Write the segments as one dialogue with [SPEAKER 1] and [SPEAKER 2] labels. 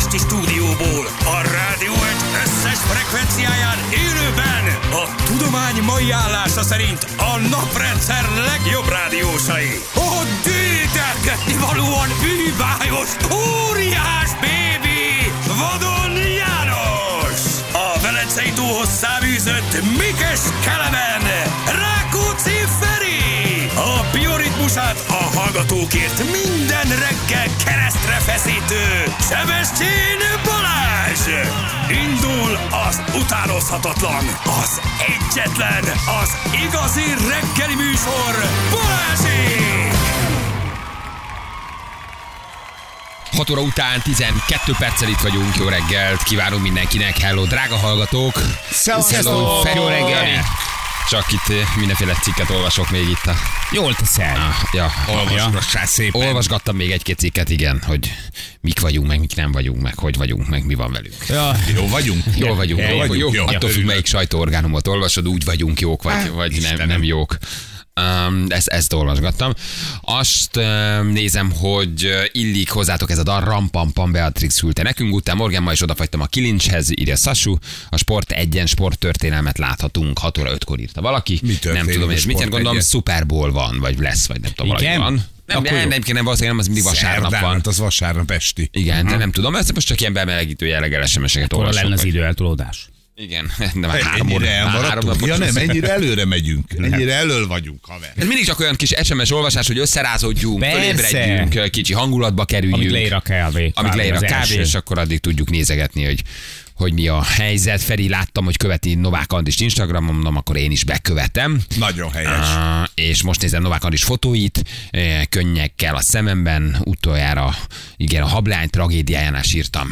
[SPEAKER 1] pesti stúdióból, a rádió egy összes frekvenciáján élőben, a tudomány mai állása szerint a naprendszer legjobb rádiósai. A dédelgetni valóan bűbájos, óriás bébi, Vadon János! A Velencei tóhoz száműzött Mikes Kelemen, Rákóczi Feri! A bioritmusát a hallgatókért minden reggel keresztre feszítő Sebestyén Balázs! Indul az utánozhatatlan, az egyetlen, az igazi reggeli műsor, Balázsék!
[SPEAKER 2] 6 óra után 12 perccel itt vagyunk, jó reggelt kívánunk mindenkinek, hello drága hallgatók!
[SPEAKER 3] Hello,
[SPEAKER 2] jó reggel! Csak itt mindenféle cikket olvasok még itt a...
[SPEAKER 3] Jól teszem.
[SPEAKER 2] Olvasgassál szépen. Olvasgattam még egy-két cikket, igen, hogy mik vagyunk, meg mik nem vagyunk, meg hogy vagyunk, meg mi van velünk.
[SPEAKER 3] Ja.
[SPEAKER 4] Jó vagyunk?
[SPEAKER 2] Jól vagyunk.
[SPEAKER 4] Jó.
[SPEAKER 2] Attól függ, melyik sajtóorgánumot olvasod, úgy vagyunk jók, vagy nem jók. Ezt olvasgattam. Azt nézem, hogy illik hozzátok ez a dal, Rampampam Beatrix küldte nekünk, utána Morgan ma is odafagytam a kilincshez, írja Sasu, a Sport 1-en sporttörténelmet láthatunk, 6 óra 5-kor írta valaki. Nem tudom, és mit gondolom, Super Bowl van, vagy lesz, vagy nem tudom, valami van. Nem, valószínűleg nem, az mindig vasárnap van.
[SPEAKER 4] Az vasárnap esti.
[SPEAKER 2] Igen, de nem tudom, ezt most csak ilyen bemelegítő jelleggel SMS-eket olvasok.
[SPEAKER 3] Lenne az időeltolódás.
[SPEAKER 2] Igen, de már 3 óra.
[SPEAKER 4] Ja nem, ennyire előre megyünk. Ennyire elől vagyunk, haver.
[SPEAKER 2] Ez mindig csak olyan kis SMS olvasás, hogy összerázódjunk, fölébredjünk, kicsi hangulatba kerüljünk.
[SPEAKER 3] Amit leír a kávé.
[SPEAKER 2] És akkor addig tudjuk nézegetni, hogy mi a helyzet. Feri, láttam, hogy követi Novák Andrist Instagramon, mondom, akkor én is bekövetem.
[SPEAKER 4] Nagyon helyes.
[SPEAKER 2] És most nézem Novák Andris fotóit, könnyekkel a szememben, utoljára, igen, a Hableány tragédiájánál sírtam,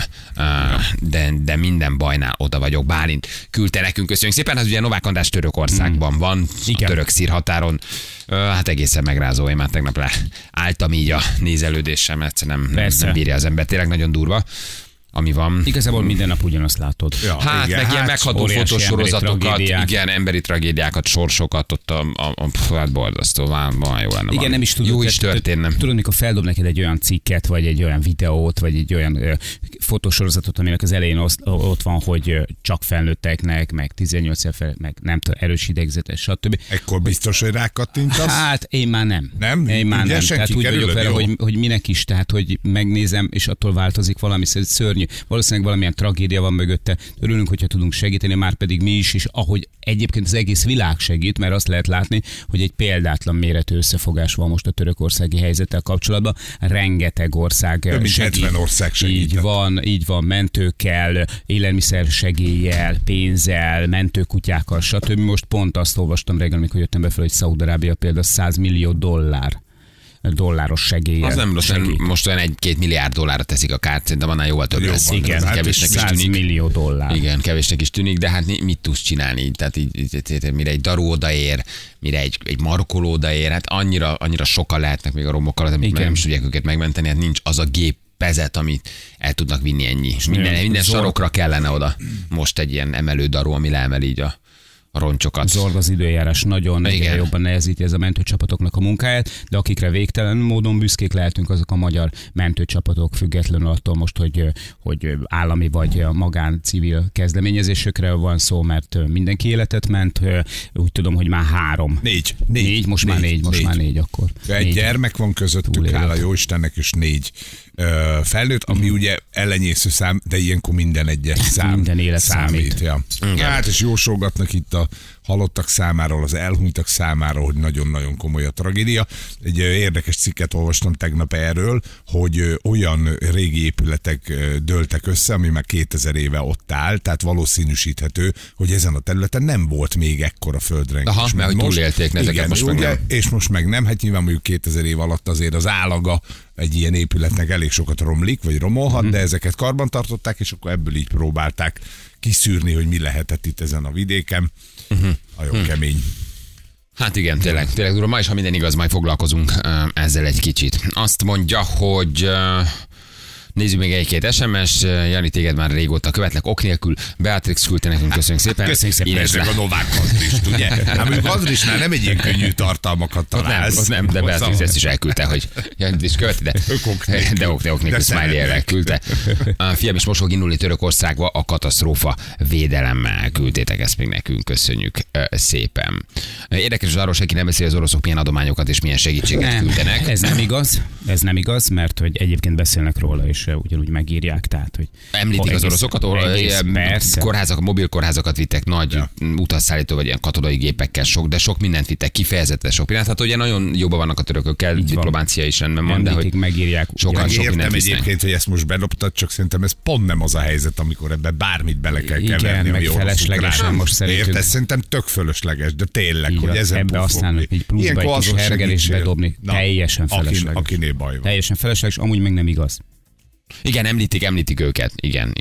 [SPEAKER 2] de minden bajnál oda vagyok. Bálint küldte nekünk, köszönjük szépen. Hát ugye Novák András Törökországban van, a török szírhatáron. Hát egészen megrázó, én már tegnap leálltam így a nézelődésem, mert nem bírja az ember, tényleg nagyon durva. Ami van.
[SPEAKER 3] Igazából minden nap ugyanazt látod.
[SPEAKER 2] Ja, hát igen, meg ilyen megható fotósorozatokat, igen, emberi tragédiákat, sorsokat, ott hát borzasztó, van jó lenne.
[SPEAKER 3] Igen, nem is tudod.
[SPEAKER 2] Jó is történne.
[SPEAKER 3] Tudod, mikor feldob neked egy olyan cikket, vagy egy olyan videót, vagy egy olyan fotósorozatot, aminek az elején ott van, hogy csak felnőtteknek, meg 18 év fel, meg nem tudom, erős idegzetes, stb.
[SPEAKER 4] Ekkor biztos, hogy rákattintasz?
[SPEAKER 3] Hát én már nem.
[SPEAKER 4] Nem?
[SPEAKER 3] Én már nem. Tehát úgy vagyok vele, hogy minek is, tehát hogy megnézem, és attól változik valami, szörnyű. Valószínűleg valamilyen tragédia van mögötte. Örülünk, hogyha tudunk segíteni, már pedig mi is, és ahogy egyébként az egész világ segít, mert azt lehet látni, hogy egy példátlan méretű összefogás van most a törökországi helyzettel kapcsolatban. Rengeteg ország
[SPEAKER 4] több mint 70 ország segít.
[SPEAKER 3] Így van, mentőkkel, élelmiszer segéllyel, pénzzel, mentőkutyákkal, stb. Most pont azt olvastam reggel, amikor jöttem befelé, hogy Szaúd-Arábia például $100 millió dolláros segéllyel.
[SPEAKER 2] Az nem rossz, most olyan $1-2 milliárd teszik a kárt, de annál jóval több lesz.
[SPEAKER 3] Igen, kevésnek is tűnik. $100 millió.
[SPEAKER 2] Igen, kevésnek is tűnik, de hát mit tudsz csinálni? Tehát mire egy daru odaér, mire egy markoló odaér, hát annyira sokan lehetnek még a romokkal, amit nem is tudják őket megmenteni, hát nincs az a gépezet, amit el tudnak vinni ennyi. Minden sarokra kellene oda most egy ilyen emelő daru, ami leemel így a roncsokat.
[SPEAKER 3] Zord az időjárás, nagyon egyre jobban nehezíti ez a mentőcsapatoknak a munkáját, de akikre végtelen módon büszkék lehetünk, azok a magyar mentőcsapatok, függetlenül attól most, hogy állami vagy magán civil kezdeményezésekre van szó, mert mindenki életet ment. Úgy tudom, hogy már 3. 4. Most már 4 akkor.
[SPEAKER 4] Egy gyermek van közöttük, hála jó Istennek, és 4 felnőtt, ami ugye ellenyésző szám, de ilyenkor minden egyes szám.
[SPEAKER 3] Minden élet számít.
[SPEAKER 4] Ja. Hát és jósolgatnak itt a halottak számáról, az elhunytak számáról, hogy nagyon-nagyon komoly a tragédia. Egy érdekes cikket olvastam tegnap erről, hogy olyan régi épületek dőltek össze, ami már 2000 éve ott áll, tehát valószínűsíthető, hogy ezen a területen nem volt még ekkora földrengés.
[SPEAKER 2] Aha, mert hogy túlélték ezeket, most meg nem.
[SPEAKER 4] És most meg nem, hát nyilván mondjuk 2000 év alatt azért az állaga egy ilyen épületnek elég sokat romlik, vagy romolhat, de ezeket karban tartották, és akkor ebből így próbálták kiszűrni, hogy mi lehetett itt ezen a vidéken. Nagyon kemény.
[SPEAKER 2] Hát igen, tényleg durva. Ma is, ha minden igaz, majd foglalkozunk ezzel egy kicsit. Azt mondja, hogy Nézzük még egy-két SMS. Jani, téged már régóta követlek, ok nélkül. Beatrix küldte nekünk, köszönjük szépen.
[SPEAKER 3] Köszönjük szépen.
[SPEAKER 4] Ezek a Novák Andrist, ugye? Hát mondjuk Andrisnál nem egy ilyen könnyű tartalmakat találsz.
[SPEAKER 2] Ott nem, de Beatrix ezt is elküldte, hogy Jani is követi, de ok nélkül smiley-el küldte. A fiam is most fog indulni Törökországba a katasztrófa védelemmel. Küldtétek ezt még nekünk, köszönjük szépen. Érdekes, hogy arról senki nem beszél, az oroszok milyen adományokat és milyen segítséget küldenek.
[SPEAKER 3] Ez nem igaz, mert hogy egyébként beszélnek róla, és ugyanúgy megírják. Tehát, hogy
[SPEAKER 2] említik az oroszokat, kórházak, mobil kórházakat vittek, nagy utasszállító vagy ilyen katonai gépekkel, de sok mindent vittek, kifejezetten sok mindent. Hát ugye nagyon jobban vannak a törökökkel, diplomácia is rendben van, de hogy
[SPEAKER 3] megírják.
[SPEAKER 2] Sokan sok mindent visznek.
[SPEAKER 4] Egyébként, hogy ezt most bedobtad, csak szerintem ez pont nem az a helyzet, amikor ebbe bármit bele kell keverni,
[SPEAKER 3] meg feleslegesen most szerintünk.
[SPEAKER 4] Érted? Szerintem tök fölösleges, de tényleg, hogy ezen
[SPEAKER 3] ebbe aztán egy pluszba egy kis hergelést bedobni, teljesen felesleges.
[SPEAKER 4] Akinél baj van.
[SPEAKER 3] Teljesen felesleges, amúgy meg nem igaz.
[SPEAKER 2] Igen, említik őket. Igen.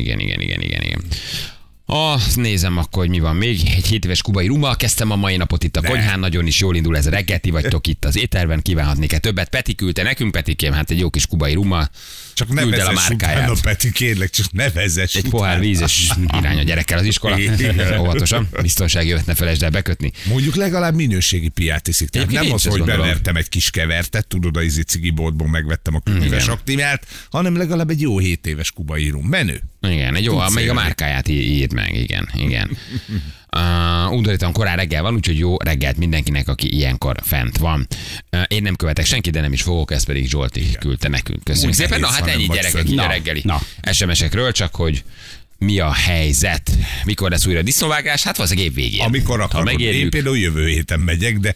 [SPEAKER 2] Nézem akkor, hogy mi van még. Egy 7 éves kubai rummal kezdtem a mai napot itt a konyhán, nagyon is jól indul ez reggel, ti vagytok itt az étterben, kívánhatnék-e többet? Peti küldte nekünk, Petikém, hát egy jó kis kubai rummal.
[SPEAKER 4] Csak ne vezess utána, Peti, kérlek, csak ne vezess
[SPEAKER 2] egy pohár víz, és irány a gyerekkel az iskola. Óvatosan, biztonsági jövet ne felejtsd el bekötni.
[SPEAKER 4] Mondjuk legalább minőségi piát iszik. Tehát nem az, hogy bevertem egy kis kevertet, tudod, a cigiboltból megvettem a kütyüves aktimát, hanem legalább egy jó 7 éves kubai rum. Menő.
[SPEAKER 2] Igen, egy jó, még a márkáját írd meg, igen. Undorítan korán reggel van, úgyhogy jó reggelt mindenkinek, aki ilyenkor fent van. Én nem követek senkit, de nem is fogok, ezt pedig Zsolti küldte nekünk. Köszönjük szépen. Na hát ennyi gyerekek, így a reggeli SMS-ekről, csak hogy mi a helyzet? Mikor lesz újra disznóvágás? Hát valószínűleg év végén.
[SPEAKER 4] Amikor akarod. Én például jövő héten megyek, de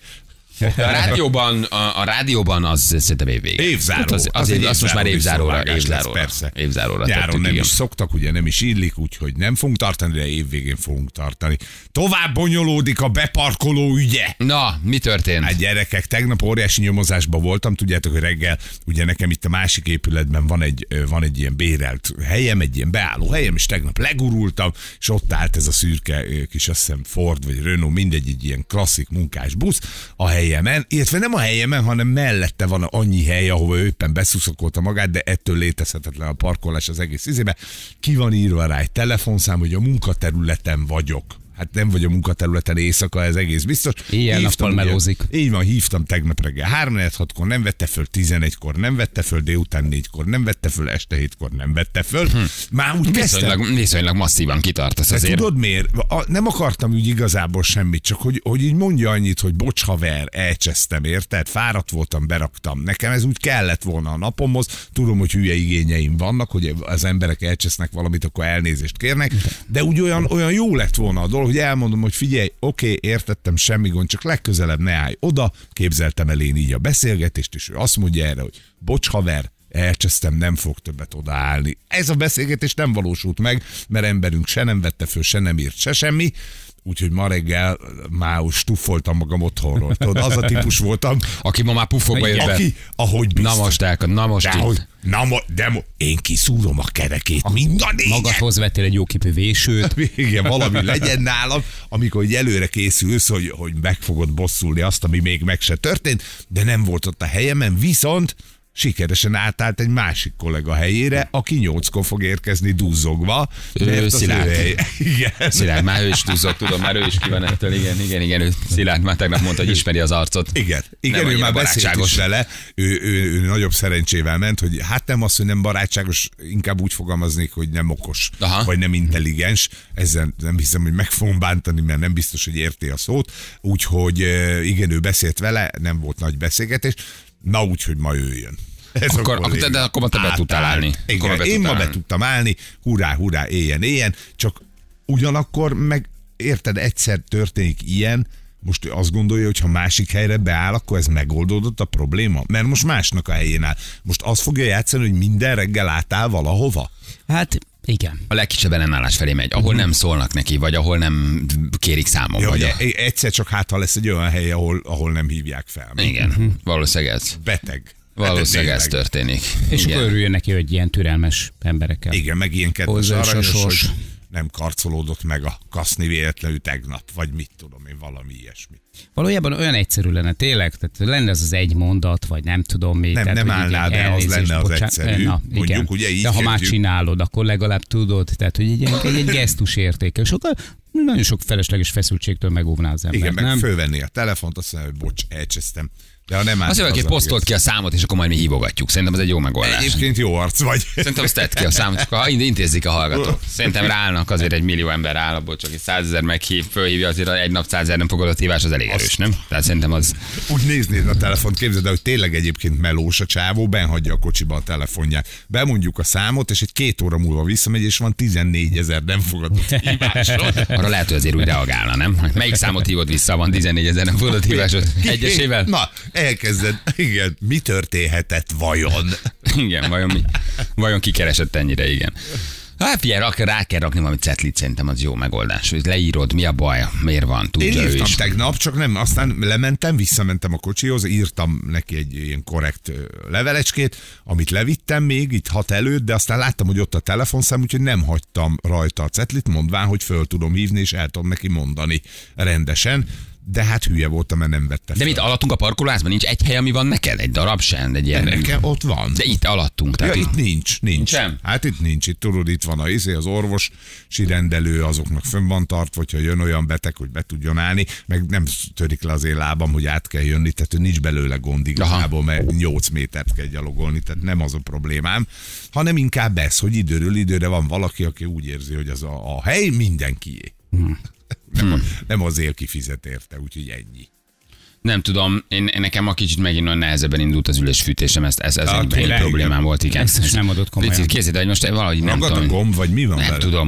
[SPEAKER 2] A rádióban az szerintem évvégén.
[SPEAKER 4] Évzáró.
[SPEAKER 2] Az most már évzáróra.
[SPEAKER 4] Persze.
[SPEAKER 2] Évzáróra
[SPEAKER 4] nyáron nem is szoktak, ugye nem is illik, úgyhogy nem fogunk tartani, de évvégén fogunk tartani. Tovább bonyolódik a beparkoló ügye.
[SPEAKER 2] Na, mi történt?
[SPEAKER 4] Hát gyerekek, tegnap óriási nyomozásban voltam, tudjátok, hogy reggel, ugye nekem itt a másik épületben van egy ilyen bérelt helyem, egy ilyen beálló helyem, és tegnap legurultam, és ott állt ez a szürke kis, azt hiszem Ford vagy Renault, mindegy, egy ilyen klasszik munkás busz a helyemen, illetve nem a helyemen, hanem mellette van annyi hely, ahova ő éppen beszuszakolta magát, de ettől létezhetetlen a parkolás az egész izébe. Ki van írva rá egy telefonszám, hogy a munkaterületen vagyok. Hát nem vagy a munkaterületen éjszaka, ez egész biztos.
[SPEAKER 3] Éjjel-nappal melózik.
[SPEAKER 4] Így van, hívtam tegnap reggel 3-4-6-kor, nem vette föl, 11-kor nem vette föl, délután 4-kor nem vette föl, este 7-kor nem vette föl. Már úgy
[SPEAKER 2] viszonylag masszívan kitartasz azért.
[SPEAKER 4] Tudod miért? Nem akartam úgy igazából semmit, csak hogy így mondja annyit, hogy bocs haver, elcsesztem, érted? Fáradt voltam, beraktam. Nekem ez úgy kellett volna a napomhoz. Tudom, hogy hülye igényeim vannak, hogy az emberek elcsesznek valamit, akkor elnézést kérnek, de úgy olyan jó lett volna a dolog, hogy elmondom, hogy figyelj, oké, értettem, semmi gond, csak legközelebb ne állj oda, képzeltem el én így a beszélgetést, és ő azt mondja erre, hogy bocs haver, elcsesztem, nem fog többet odaállni. Ez a beszélgetés nem valósult meg, mert emberünk se nem vette föl, se nem írt, se semmi, úgyhogy ma reggel már stuffoltam magam otthonról. Tudod, az a típus voltam.
[SPEAKER 2] Aki ma már puffogba jött be.
[SPEAKER 4] Aki, ahogy biztos.
[SPEAKER 2] Na most
[SPEAKER 4] én kiszúrom a kerekét minden éjjel.
[SPEAKER 3] Magadhoz vettél egy jóképű vésőt.
[SPEAKER 4] Igen, valami legyen nálam, amikor így előre készülsz, hogy meg fogod bosszulni azt, ami még meg se történt, de nem volt ott a helyemen, viszont sikeresen átállt egy másik kollega helyére, aki 8-kor fog érkezni duzzogva.
[SPEAKER 2] Szilárd, már ő is duzzog, tudom, már ő is ki van ettől, igen, Szilárd már tegnap mondta, hogy ismeri az arcot.
[SPEAKER 4] Igen, ő már beszélt is vele, ő nagyobb szerencsével ment, hogy hát nem az, hogy nem barátságos, inkább úgy fogalmaznék, hogy nem okos, vagy nem intelligens, ezzel nem hiszem, hogy meg fogom bántani, mert nem biztos, hogy érti a szót, úgyhogy igen, ő beszélt vele, nem volt nagy beszélgetés, na úgyhogy ma ő jön.
[SPEAKER 2] De akkor ma te be tudtál állni.
[SPEAKER 4] Én ma be tudtam állni, hurrá, éljen, csak ugyanakkor meg érted, egyszer történik ilyen, most azt gondolja, hogy ha másik helyre beáll, akkor ez megoldódott a probléma? Mert most másnak a helyén áll. Most azt fogja játszani, hogy minden reggel átáll valahova?
[SPEAKER 3] Hát igen.
[SPEAKER 2] A legkisebb ellenállás felé megy, ahol nem szólnak neki, vagy ahol nem kérik számon.
[SPEAKER 4] Ja, egyszer csak ha lesz egy olyan hely, ahol nem hívják fel.
[SPEAKER 2] Igen, valószínűleg ez.
[SPEAKER 4] Beteg.
[SPEAKER 2] Valószínűleg ez történik.
[SPEAKER 3] És akkor örüljön neki, hogy ilyen türelmes emberekkel.
[SPEAKER 4] Igen, meg ilyen kedves aranyosos. nem karcolódott meg a kaszni véletlenül tegnap, vagy mit tudom én, valami ilyesmi.
[SPEAKER 3] Valójában olyan egyszerű lenne, tényleg, tehát lenne az egy mondat, vagy nem tudom mi.
[SPEAKER 4] Nem állnál be, az lenne az egyszerű.
[SPEAKER 3] Na,
[SPEAKER 4] mondjuk,
[SPEAKER 3] igen.
[SPEAKER 4] ugye így
[SPEAKER 3] de ha már
[SPEAKER 4] kezdjük.
[SPEAKER 3] csinálod, akkor legalább tudod, tehát hogy egy gesztus értéke. És akkor nagyon sok felesleges feszültségtől megóvná az ember.
[SPEAKER 4] Igen, meg
[SPEAKER 3] nem?
[SPEAKER 4] fölvenni a telefont, azt mondja, hogy bocs, elcsesztem. De ha nem
[SPEAKER 2] Azt mondja, hogy posztolt ki a számot, és akkor majd mi hívogatjuk. Szerintem ez egy jó megoldás.
[SPEAKER 4] Egyébként jó arc vagy.
[SPEAKER 2] Szerintem azt tett ki a számot, csak ha intézik a hallgatók. Szerintem ráállnak, azért 1 millió ember rááll, abból csak 100 000 meghív, fölhívja, azért egy nap 100 000 nem fogadott hívás, az elég erős, nem? Tehát szerintem az...
[SPEAKER 4] Úgy néznéd a telefont, képzeld el, hogy tényleg egyébként melós a csávó, benhagyja a kocsiba a telefonját. Bemondjuk a számot, és egy 2 óra múlva visszamegy, és van 14 000 nem fogadott hívásról.
[SPEAKER 2] Arra lehet, hogy azért úgy reagálna, nem? Melyik számot hívott vissza, van 14 000 nem fogadott hívásod? Egyesével?
[SPEAKER 4] Na, elkezded. Igen, mi történhetett vajon?
[SPEAKER 2] Igen, vajon ki keresett ennyire, igen. Hát figyelj, rá kell rakni valami cetlit, szerintem az jó megoldás. Hogy leírod, mi a baj, miért van, tudja
[SPEAKER 4] Én
[SPEAKER 2] ő
[SPEAKER 4] írtam
[SPEAKER 2] is.
[SPEAKER 4] tegnap, csak nem, aztán lementem, visszamentem a kocsihoz, írtam neki egy ilyen korrekt levelecskét, amit levittem még itt 6 előtt, de aztán láttam, hogy ott a telefonszám, úgyhogy nem hagytam rajta a cetlit, mondván, hogy föl tudom hívni, és el tudom neki mondani rendesen. De hát hülye voltam, mert nem vette fel.
[SPEAKER 2] De mit, alattunk a parkolóházban? Nincs egy hely, ami van neked? Egy darab sem? Egy ilyen...
[SPEAKER 4] Nekem ott van.
[SPEAKER 2] De itt alattunk.
[SPEAKER 4] Ja,
[SPEAKER 2] Tehát
[SPEAKER 4] itt nincs.
[SPEAKER 2] Nincsen?
[SPEAKER 4] Hát itt nincs. Itt tudod, itt van az orvosi rendelő, azoknak fönn van tartva, hogyha jön olyan beteg, hogy be tudjon állni, meg nem törik le az én lábam, hogy át kell jönni, tehát nincs belőle gond igazából, mert 8 métert kell gyalogolni, tehát nem az a problémám, hanem inkább ez, hogy időről időre van valaki, aki úgy érzi, hogy az a hely mindenkié. Nem azért kifizet érte, úgyhogy ennyi.
[SPEAKER 2] Nem tudom, én nekem a kicsit megint olyan nehezebben indult az ülésfűtésem, ez egy problémám volt, igen.
[SPEAKER 3] Ezt is nem adott komolyan.
[SPEAKER 2] Picit készít, hogy most valahogy nem
[SPEAKER 4] Ragad
[SPEAKER 2] tudom.
[SPEAKER 4] a gomb, vagy mi van
[SPEAKER 2] Nem
[SPEAKER 4] vele?
[SPEAKER 2] tudom,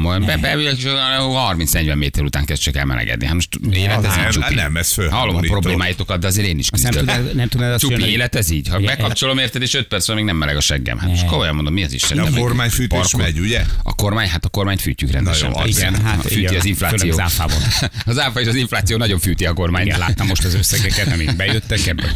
[SPEAKER 2] 30-40 méter után kezd csak elmelegedni. Hát most élet ez így csupi.
[SPEAKER 4] Nem, ez föl.
[SPEAKER 2] Hallom a problémáitokat, de azért én is küzdök.
[SPEAKER 3] Nem tudnád azt
[SPEAKER 2] Csupi
[SPEAKER 3] jönni,
[SPEAKER 2] élet ez így? Ha bekapcsolom érted, és 5 perc még nem meleg a seggem. Hát most komolyan mondom, mi az Isten?
[SPEAKER 4] De a kormányfűtés megy, ugye?
[SPEAKER 2] A kormányt fűtjük rendesen.
[SPEAKER 4] Na jó,
[SPEAKER 2] persze.
[SPEAKER 3] igen, hát
[SPEAKER 2] fűti
[SPEAKER 3] igen,
[SPEAKER 2] az infláció.
[SPEAKER 3] főleg az áfában.
[SPEAKER 2] Az áfa és az infláció nagyon fűti a kormányt.
[SPEAKER 3] Igen, láttam most az összegeket, amik bejöttek ebből.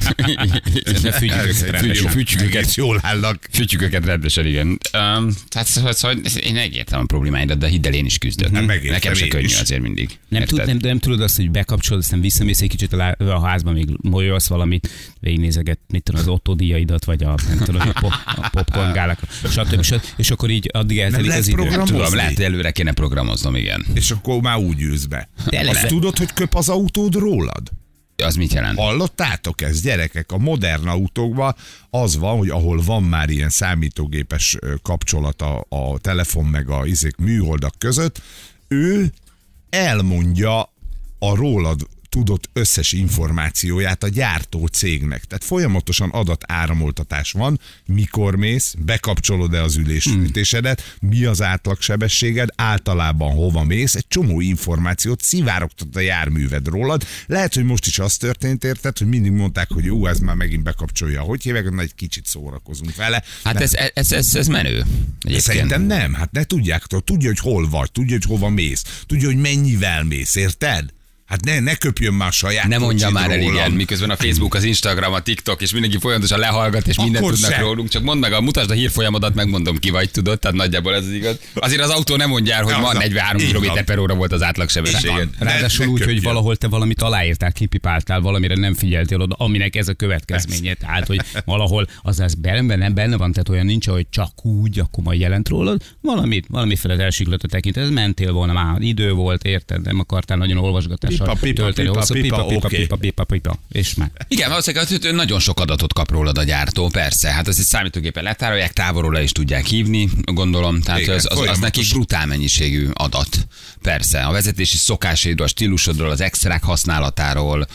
[SPEAKER 3] De fűtjük őket rendesen.
[SPEAKER 2] Fűtjük őket.
[SPEAKER 4] Egész jól állnak.
[SPEAKER 2] Fűtjük őket rendesen, igen. Tehát szóval én megértem a problémáidat, de hidd el, én is küzdök.
[SPEAKER 4] megértem
[SPEAKER 2] Nekem se
[SPEAKER 4] én
[SPEAKER 2] könnyű
[SPEAKER 4] is.
[SPEAKER 2] azért mindig.
[SPEAKER 3] Nem tudod azt, hogy bekapcsolod, aztán visszamész egy kicsit a házba, még molyolsz valamit, végignézeget, mit tudom, az Otto díjaidat, vagy a popcorn gálak, stb. És akkor így addig eltelik
[SPEAKER 4] lehet
[SPEAKER 3] az idő.
[SPEAKER 4] programozni?
[SPEAKER 2] Tudom, lehet, hogy előre kéne programoznom, igen.
[SPEAKER 4] És akkor már úgy ülsz be. Azt tudod, hogy köp az autód rólad?
[SPEAKER 2] Az mit jelent?
[SPEAKER 4] Hallottátok ezt, gyerekek? A modern autókban az van, hogy ahol van már ilyen számítógépes kapcsolat a telefon meg a műholdak között, ő elmondja a rólad tudott összes információját a gyártó cégnek. Tehát folyamatosan adatáramoltatás van, mikor mész, bekapcsolod-e az ülésfűtésedet, mi az átlagsebességed, általában hova mész, egy csomó információt szivárogtat a járműved rólad. Lehet, hogy most is az történt, érted, hogy mindig mondták, hogy jó, ez már megint bekapcsolja. Hogy hívják, na egy kicsit szórakozunk vele.
[SPEAKER 2] Hát ez menő. Egyébként.
[SPEAKER 4] Szerintem nem, hát ne tudják, tudja, hogy hol vagy, tudja, hogy hova mész, tudja, hogy mennyivel mész, érted? Hát ne köpjön már saját.
[SPEAKER 2] Ne mondja már el,
[SPEAKER 4] rólam.
[SPEAKER 2] igen, miközben a Facebook, az Instagram, a TikTok, és mindenki folyamatosan lehallgat, és mindent
[SPEAKER 4] Akkor
[SPEAKER 2] tudnak
[SPEAKER 4] se.
[SPEAKER 2] rólunk. Csak mondd meg, mutasd a hírfolyamodat, megmondom ki vagy, tudod, tehát nagyjából ez az igaz. Azért az autó nem mondja el, hogy ma 43
[SPEAKER 4] Így
[SPEAKER 2] km
[SPEAKER 4] van.
[SPEAKER 2] per óra volt az átlagsebességed.
[SPEAKER 4] Így van.
[SPEAKER 3] Ráadásul
[SPEAKER 4] Ne
[SPEAKER 3] úgy, hogy
[SPEAKER 4] köpjön.
[SPEAKER 3] valahol te valamit aláírtál, kipipáltál, valamire nem figyeltél oda, aminek ez a következménye. Tehát, hogy valahol az benne van, tehát olyan nincs, hogy csak úgy, akkor majd jelent rólad, valamiféle elsiklott a tekintet, mentél volna, már idő volt, érted, nem akartál nagyon olvasgatással tölteni. Pipa, és már.
[SPEAKER 2] Igen, valószínűleg nagyon sok adatot kap rólad a gyártó, persze. Hát azt egy számítógépen letárolják, távolról le is tudják hívni, gondolom. Tehát
[SPEAKER 4] Igen,
[SPEAKER 2] az nekik brutál mennyiségű adat. Persze. A vezetési szokásaidról, a stílusodról, az extrák használatáról,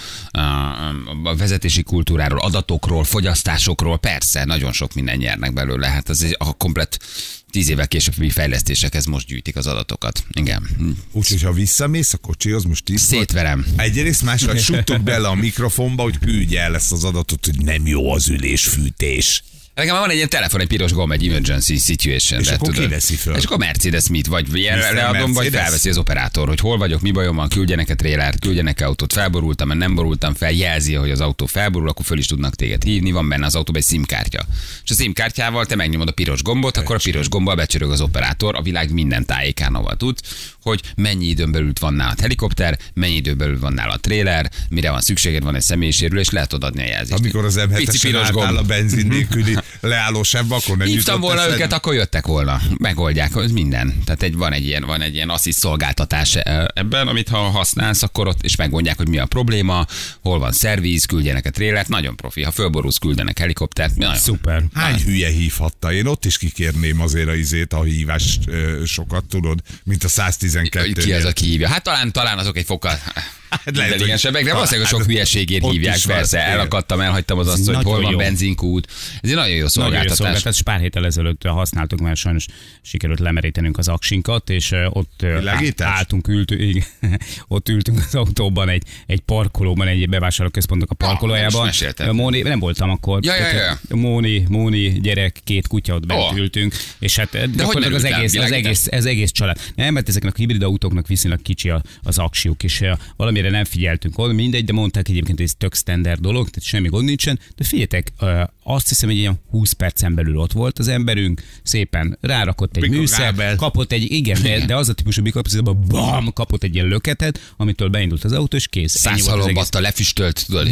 [SPEAKER 2] a vezetési kultúráról, adatokról, fogyasztásokról, persze, nagyon sok minden nyernek belőle. Hát az a komplet 10 évvel későbbi fejlesztésekhez most gyűjtik az adatokat. Igen.
[SPEAKER 4] Úgyhogy ha visszamész a kocsihoz, most itt
[SPEAKER 2] Szétverem.
[SPEAKER 4] egyrészt, másrészt suttog bele a mikrofonba, hogy küldj el ezt az adatot, hogy nem jó az ülésfűtés.
[SPEAKER 2] Nekem van egy ilyen telefon, egy piros gomb, egy emergency situation.
[SPEAKER 4] És akkor kiveszi föl.
[SPEAKER 2] És akkor Mercedes mit? Vagy leadom, vagy felveszi az operátor, hogy hol vagyok, mi bajom van, küldjenek-e trélert, küldjenek-e autót, felborultam, mert nem borultam fel, jelzi, hogy az autó felborul, akkor föl is tudnak téged hívni, van benne az autóban egy SIM-kártya. És a SIM-kártyával te megnyomod a piros gombot, akkor a piros gombbal becsörög az operátor, a világ minden tájékán, ahol tud, hogy mennyi időn belül van nála a helikopter, mennyi időn belül van nála a tréler, mire van szükséged, van egy személysérülés, lehet tudod adni a jelzést.
[SPEAKER 4] Amikor az M7-esen álltál a benzin nélküli leállósebben, akkor nem
[SPEAKER 2] hívtam volna őket, akkor jöttek volna. Megoldják, ez minden. Tehát van egy ilyen assziszt szolgáltatás ebben, amit ha használsz, akkor ott is megmondják, hogy mi a probléma, hol van szerviz, küldjenek a trélert, nagyon profi. Ha fölborulsz, küldenek helikoptert. Nagyon.
[SPEAKER 3] Szuper.
[SPEAKER 4] Hány hülye hívhatta? Én ott is kikérném azért a hívást sokat, tudod, mint a 112.
[SPEAKER 2] Ki az, aki hívja? Hát talán azok egy fokkal intelligensebbek, de valószínűleg sok hülyeségét hívják, persze. Elakadtam, elhagytam az azt, hogy hol van benzinkút. Ez egy nagyon jó szolgáltatás.
[SPEAKER 3] És pár héttel ezelőtt használtuk, mert sajnos sikerült lemerítenünk az aksinkat, és ott ott ültünk az autóban egy parkolóban, egy bevásárlóközpontnak a parkolójában. Móni, nem voltam akkor. Móni, gyerek, 2 kutya, ott bent ültünk, és hát gyakorlatilag az egész család. Nem, mert ezeknek a hibrid autóknak viszonylag kicsi az aksiuk, és valamire nem figyeltünk oda, mindegy, de mondták egyébként, hogy ez tök standard dolog, tehát semmi gond nincsen, de figyeljetek, azt hiszem, hogy ilyen 20 percen belül ott volt az emberünk, szépen rárakott egy műszer, kapott egy, igen, de az a típusú bikapcsolóban bam, kapott egy ilyen löketet, amitől beindult az autó, és kész.
[SPEAKER 2] 100 halombatta, lefüstölt, tudod.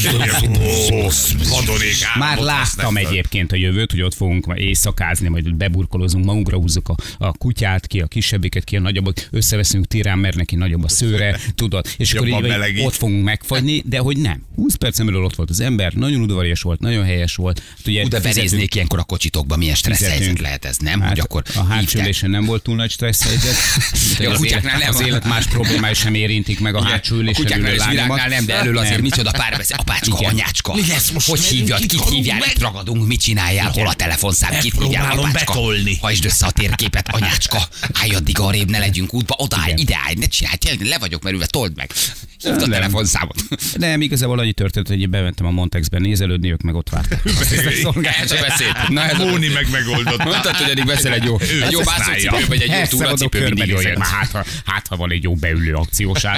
[SPEAKER 3] Már láttam egyébként a jövőt, hogy ott fogunk éjszakázni, majd beburkolozunk, magunkra húzzuk a kutyát, ki a kisebbiket, ki a nagyobbak, összeveszünk tirán, mert neki nagyobb a szőre, tudod, és akkor így ott fogunk megfagyni, de hogy nem. 20 percen belül ott volt az ember, nagyon udvarias volt, nagyon helyes volt.
[SPEAKER 2] De benéznék ilyenkor a kocsitokba, milyen stressz helyzet lehet ez, nem?
[SPEAKER 3] Hát,
[SPEAKER 2] hogy akkor
[SPEAKER 3] a hátsó ülésen nem volt túl nagy stressz helyzet. Az élet más problémái sem érintik meg a hátsó ülésen.
[SPEAKER 2] A kutyáknál és virágnál nem, de elől azért micsoda párbeszéd. Apácska, anyácska. Hogy hívjad, kit hívjál, itt ragadunk, mit csináljál, hol a telefonszám, kit hívjál, apácska. Hajtsd össze a térképet, anyácska. Állj addig arrébb, ne legyünk útba, odaállj, ideállj, ne csinálj, tényleg le vagyok merülve, told meg. Hívd a telefonszámot.
[SPEAKER 3] Nem, igazából annyi történt, hogy én bementem a Montexben nézelődni, ők meg ott vártak.
[SPEAKER 2] Ez a beszéd.
[SPEAKER 4] Móni meg megoldott.
[SPEAKER 2] Mondtad, hogy eddig veszel egy jó bászócipő, vagy egy jó túracipő mindig jöjjön.
[SPEAKER 3] Hát, ha van egy jó beülő akcióság.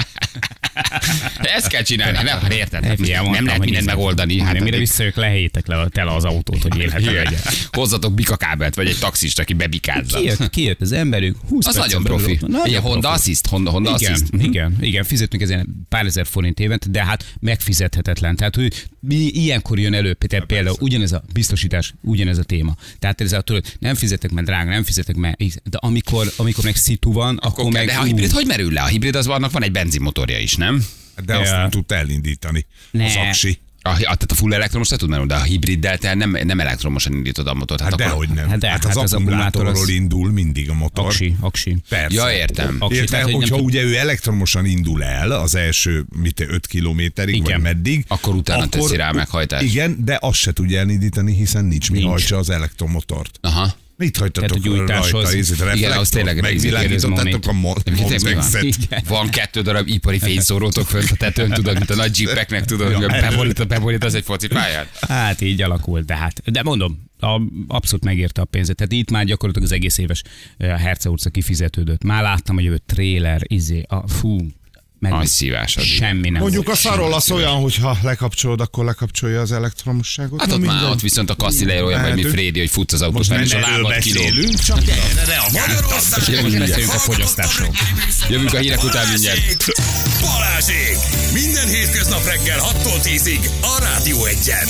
[SPEAKER 2] Ezt kell csinálni, nem, érted? Nem lehet mindent megoldani.
[SPEAKER 3] Hát mire visszajök, lehelyétek le tele az autót, hogy élhető legyen.
[SPEAKER 2] Hozzatok bikakábelt, vagy egy taxist, aki bebikázza.
[SPEAKER 3] Kijött az emberünk, 20
[SPEAKER 2] az nagyon profi. Ilyen Honda Assist.
[SPEAKER 3] Igen, fizetünk ezen pár ezer forint évent, de hát megfizethetetlen. Tehát, hogy ilyenkor jön elő, például ugyanez a biztosítás, ugyanez a téma. Tehát ez tudod, nem fizetek, mert drága, nem fizetek, mert de amikor meg szitu van, akkor meg...
[SPEAKER 2] De a hibrid hogy merül le? A hibrid az vannak, van egy benzinmotorja is, nem?
[SPEAKER 4] De azt nem tudta elindítani. Az aksi.
[SPEAKER 2] Tehát a full elektromos te tud menni, de a hibriddel te nem elektromosan indítod a motort.
[SPEAKER 4] Hát dehogy nem. Hát az akkumulátorról indul mindig a motor.
[SPEAKER 3] Aksi.
[SPEAKER 4] Persze.
[SPEAKER 2] Ja, értem.
[SPEAKER 4] Hogyha ugye ő elektromosan indul el az első 5 kilométerig, vagy meddig.
[SPEAKER 2] Akkor utána teszi rá meghajtást.
[SPEAKER 4] Igen, de azt se tudja elindítani, hiszen nincs mi hajtsa az elektromotort.
[SPEAKER 2] Aha.
[SPEAKER 4] Mit hagytatok rajta?
[SPEAKER 2] Igen, az tényleg
[SPEAKER 4] megvilágítottátok a Montexet.
[SPEAKER 2] Van 2 darab ipari fényszórótok fönt a tetőn, tudod, mint a nagy jeepeknek, tudod, beborít az egy focipályát.
[SPEAKER 3] Hát így alakult, de mondom, abszolút megérte a pénzet. Tehát itt már gyakorlatilag az egész éves Herce utca kifizetődött. Már láttam, hogy jövő trailer,
[SPEAKER 2] Nagy szívás.
[SPEAKER 3] Semmi nem.
[SPEAKER 4] Mondjuk a szarolasz olyan, hogyha lekapcsolod, akkor lekapcsolja az elektromosságot.
[SPEAKER 2] Hát ott viszont a Kasszilejér olyan, vagy mi Frédi, hogy futsz az autós, és a lábad kiló.
[SPEAKER 4] Csak erre
[SPEAKER 2] Magyarországon beszélünk a fogyasztásról. Jövünk a hírek után mindjárt.
[SPEAKER 1] Balázsék! Minden hétköznap reggel 6-tól 10-ig a Rádió Egyen.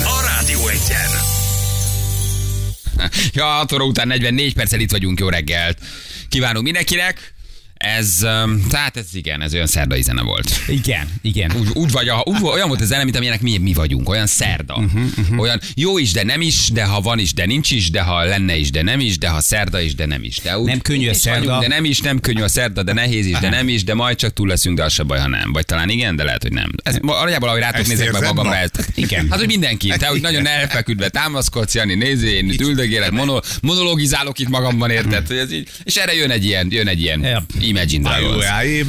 [SPEAKER 2] Ja, 6 óra után 44 perccel itt vagyunk, jó reggelt. Kívánunk mindenkinek. Ez olyan szerdai zene volt.
[SPEAKER 3] Igen.
[SPEAKER 2] Olyan volt a zene, mint amilyenek mi vagyunk. Olyan szerda. Olyan jó is, de nem is, de ha van is, de nincs is, de ha lenne is, de nem is, de ha szerda is, de nem is. De
[SPEAKER 3] nem könnyű a szerda.
[SPEAKER 2] Vagyunk, de nem is, nem könnyű a szerda, de nehéz is, de nem is, de majd csak túl leszünk, de az se baj, ha nem. Vagy talán igen, de lehet, hogy nem. Ez alapjából, ahogy rátok nézek meg magamra.
[SPEAKER 3] Igen.
[SPEAKER 2] Hát, hogy mindenki. Te úgy nagyon elfeküdve támaszkodsz, Jani, nézzé, én üldögélek, monologizálok itt magamban, érted? Hogy ez így, és erre jön egy ilyen Imagine Dragons.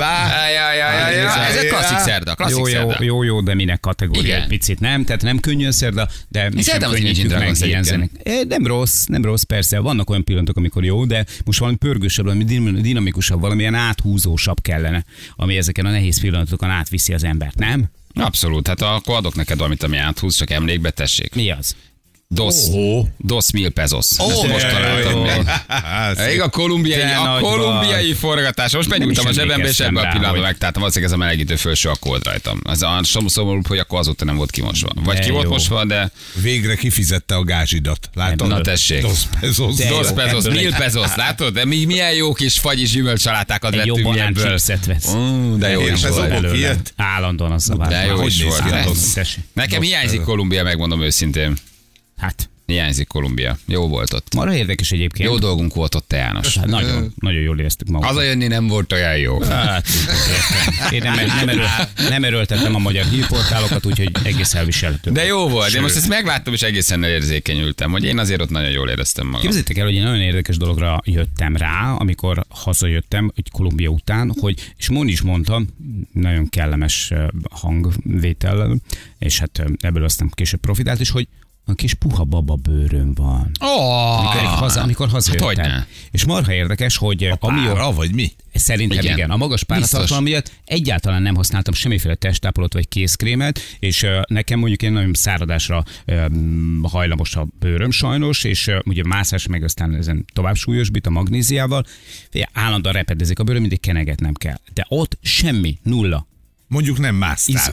[SPEAKER 2] Ez egy klasszik szerda, klasszik szerda.
[SPEAKER 3] Jó, de minek kategória
[SPEAKER 2] Igen.
[SPEAKER 3] egy picit, nem? Tehát nem könnyű szerda, de mi sem
[SPEAKER 2] szeretem az
[SPEAKER 3] könnyítjük
[SPEAKER 2] Imagine
[SPEAKER 3] meg
[SPEAKER 2] Dragons
[SPEAKER 3] ilyen zenék. Nem rossz, persze. Vannak olyan pillanatok, amikor jó, de most valami pörgősebb, valami dinamikusabb, valamilyen áthúzósabb kellene, ami ezeken a nehéz pillanatokon átviszi az embert, nem?
[SPEAKER 2] Abszolút, hát akkor adok neked valamit, ami áthúz, csak emlékbe tessék.
[SPEAKER 3] Mi az?
[SPEAKER 2] Dos mil pesos. Ezt most találtam meg. Még a kolumbiai forgatás. Most benyújtam a zsebembe, és ebben a pillanatban megtáltam. Valószínűleg ez a melegítő fölső akkor volt rajtam. Ez a szomorúbb, hogy akkor azóta nem volt kimosva. Vagy ki volt mosva, de...
[SPEAKER 4] Végre kifizette a gázsidat. Látod?
[SPEAKER 2] Na tessék.
[SPEAKER 4] Dos pesos.
[SPEAKER 2] Mil pesos, látod? De mi milyen jó kis fagyis gyümölcsalátákat vettünk ebből.
[SPEAKER 3] De
[SPEAKER 2] jó is volt.
[SPEAKER 3] Állandóan az a
[SPEAKER 2] De jó is volt.
[SPEAKER 3] Tessék.
[SPEAKER 2] Nekem hiányzik Kolumbia, megmondom őszintén.
[SPEAKER 3] Hát.
[SPEAKER 2] Hiányzik Kolumbia. Jó volt ott.
[SPEAKER 3] Marha érdekes egyébként.
[SPEAKER 2] Jó dolgunk volt ott, te János.
[SPEAKER 3] Hát nagyon jól éreztük magunkat.
[SPEAKER 2] Hazajönni nem volt olyan jó.
[SPEAKER 3] Hát, én nem erőltettem a magyar hírportálokat, úgyhogy egész elviselhető.
[SPEAKER 2] De jó volt. Én most ezt megláttam, és egészen elérzékenyültem, hogy én azért ott nagyon jól éreztem magam.
[SPEAKER 3] Képzeljétek el, hogy én nagyon érdekes dologra jöttem rá, amikor hazajöttem egy Kolumbia után, hogy, és Moni is mondta, nagyon kellemes hangvétellel, és hát ebből aztán később profitált is, hogy a kis puha baba bőröm van. Amikor hazajöttem. Hát, és marha érdekes, hogy
[SPEAKER 4] Pára vagy mi?
[SPEAKER 3] Szerintem igen. A magas páratartalom miatt egyáltalán nem használtam semmiféle testápolót vagy kézkrémet, és nekem mondjuk én nagyon száradásra hajlamos a bőröm sajnos, és ugye mászás meg aztán ezen tovább súlyosbít a magnéziával. Állandóan repedezik a bőröm, mindig kenegetnem kell. De ott semmi, nulla.
[SPEAKER 4] Mondjuk nem másztál.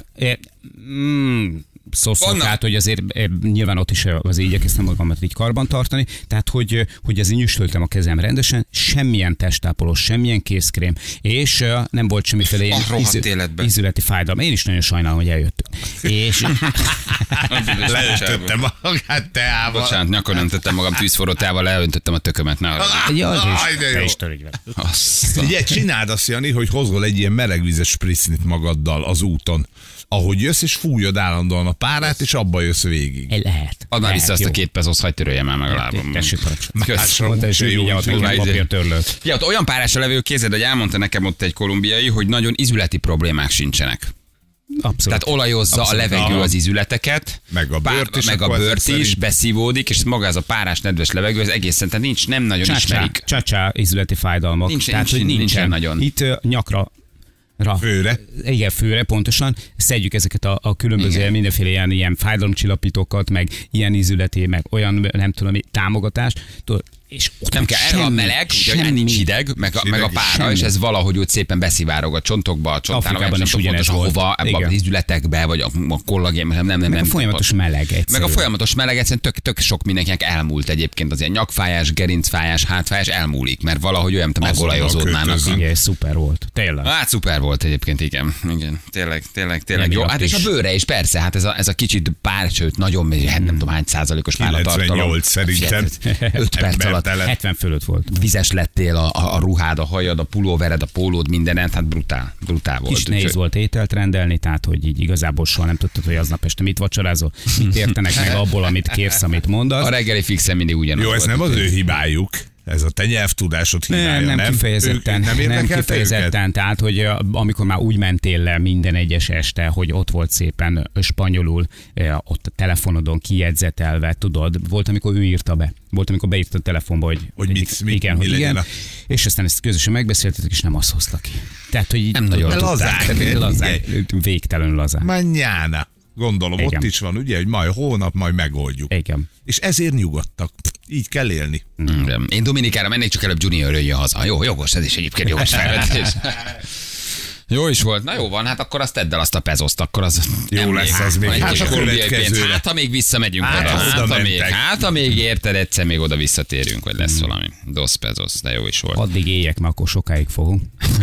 [SPEAKER 3] Tehát, hogy azért nyilván ott is azért igyekeztem magamat így karban tartani, tehát hogy azért nyüstöltem a kezem rendesen, semmilyen testápoló, semmilyen kézkrém, és nem volt semmiféle ilyen ízületi fájdalom. Én is nagyon sajnálom, hogy eljöttünk. És
[SPEAKER 4] leöntöttem magát teával.
[SPEAKER 2] Bocsánat, nyakon öntöttem magam tűzforró teával, leöntöttem a tökömet.
[SPEAKER 3] Te is törődj vele.
[SPEAKER 4] Ugye, csináld azt, Jani, hogy hozol egy ilyen melegvizes spritzlit magaddal az úton. Ahogy jössz, és fújod állandóan a párát, és abba jössz végig.
[SPEAKER 3] Lehet.
[SPEAKER 2] Add már vissza azt a 2 pesos, hagyj töröljem el meg a lábam.
[SPEAKER 3] Tessék,
[SPEAKER 2] Ja, ott olyan párás a levő, képzeld, hogy elmondta nekem ott egy kolumbiai, hogy nagyon izületi problémák sincsenek.
[SPEAKER 3] Abszolút.
[SPEAKER 2] Tehát olajozza a levegő az izületeket,
[SPEAKER 4] meg a bőrt
[SPEAKER 2] is, beszívódik, és maga ez a párás, nedves levegő, ez egészen, tehát nem nagyon ismerik.
[SPEAKER 3] Csá, izületi fájdalmak.
[SPEAKER 2] Nincsen nagyon.
[SPEAKER 3] Itt nyakra.
[SPEAKER 4] Főre.
[SPEAKER 3] Igen, főre, pontosan. Szedjük ezeket a különböző mindenféle ilyen fájdalomcsillapítókat, meg ilyen ízületi, meg olyan, nem tudom, támogatást. És ott
[SPEAKER 2] nem kell, erre a meleg, ugye nincs hideg, meg a pára, semmi. És ez valahogy úgy szépen beszivárog a csontokba, a csontára,
[SPEAKER 3] is ugyanez volt.
[SPEAKER 2] Hova, ebbe az ízületekbe, vagy a kollagén, nem.
[SPEAKER 3] A folyamatos meleg egyszerűen.
[SPEAKER 2] Meg a folyamatos meleg egyszerűen tök sok mindenkinek elmúlt egyébként, az ilyen nyakfájás, gerincfájás, hátfájás elmúlik, mert valahogy olyan, mint megolajozódnának.
[SPEAKER 3] Igen, szuper volt, tényleg.
[SPEAKER 2] Hát szuper volt egyébként, igen, tényleg jó. Hát és a bőre is, persze, hát ez a kicsit sőt, nagyon, nem tudom hány százalékos páratartalom.
[SPEAKER 4] 98 szerintem.
[SPEAKER 2] 5 perc alatt
[SPEAKER 3] 70 fölött volt.
[SPEAKER 2] Vizes lettél, a ruhád, a hajad, a pulóvered, a pólód, mindenet, hát brutál volt.
[SPEAKER 3] Kis nehéz volt ételt rendelni, tehát hogy így igazából soha nem tudtad, hogy aznap este mit vacsorázol, mit értenek meg abból, amit kérsz, amit mondasz.
[SPEAKER 2] A reggeli fixen mindig ugyanaz.
[SPEAKER 4] Jó, ez nem az ő hibájuk. Ez a te nyelvtudásod hibája,
[SPEAKER 3] nem? Nem kifejezetten, tehát, hogy amikor már úgy mentél le minden egyes este, hogy ott volt szépen spanyolul, ott a telefonodon kijegyzetelve, tudod, volt, amikor ő írta be. Volt, amikor beírta a telefonba, hogy igen. És aztán ezt közösen megbeszéltetek, és nem azt hozta ki. Tehát, hogy
[SPEAKER 2] nem nagyon
[SPEAKER 3] lazák. Végtelenül lazák.
[SPEAKER 4] Mañana. Gondolom, igen. Ott is van, ugye, hogy majd hónap, majd megoldjuk.
[SPEAKER 3] Igen.
[SPEAKER 4] És ezért nyugodtak. Így kell élni.
[SPEAKER 2] Én Dominikára mennék, csak előbb Junior jöjjön haza. Jó, jogos, ez is egyébként jogos felvetés. Jó is volt. Na jó van, hát akkor azt tedd el azt a pezoszt, akkor az
[SPEAKER 4] jó lesz az még.
[SPEAKER 2] Hát a következőre. Hát ha még visszamegyünk oda. Hát ha még érted, egyszer még oda visszatérünk, hogy lesz valami. Dos pesos, de jó is volt.
[SPEAKER 3] Addig éljek, mert akkor sokáig fogunk.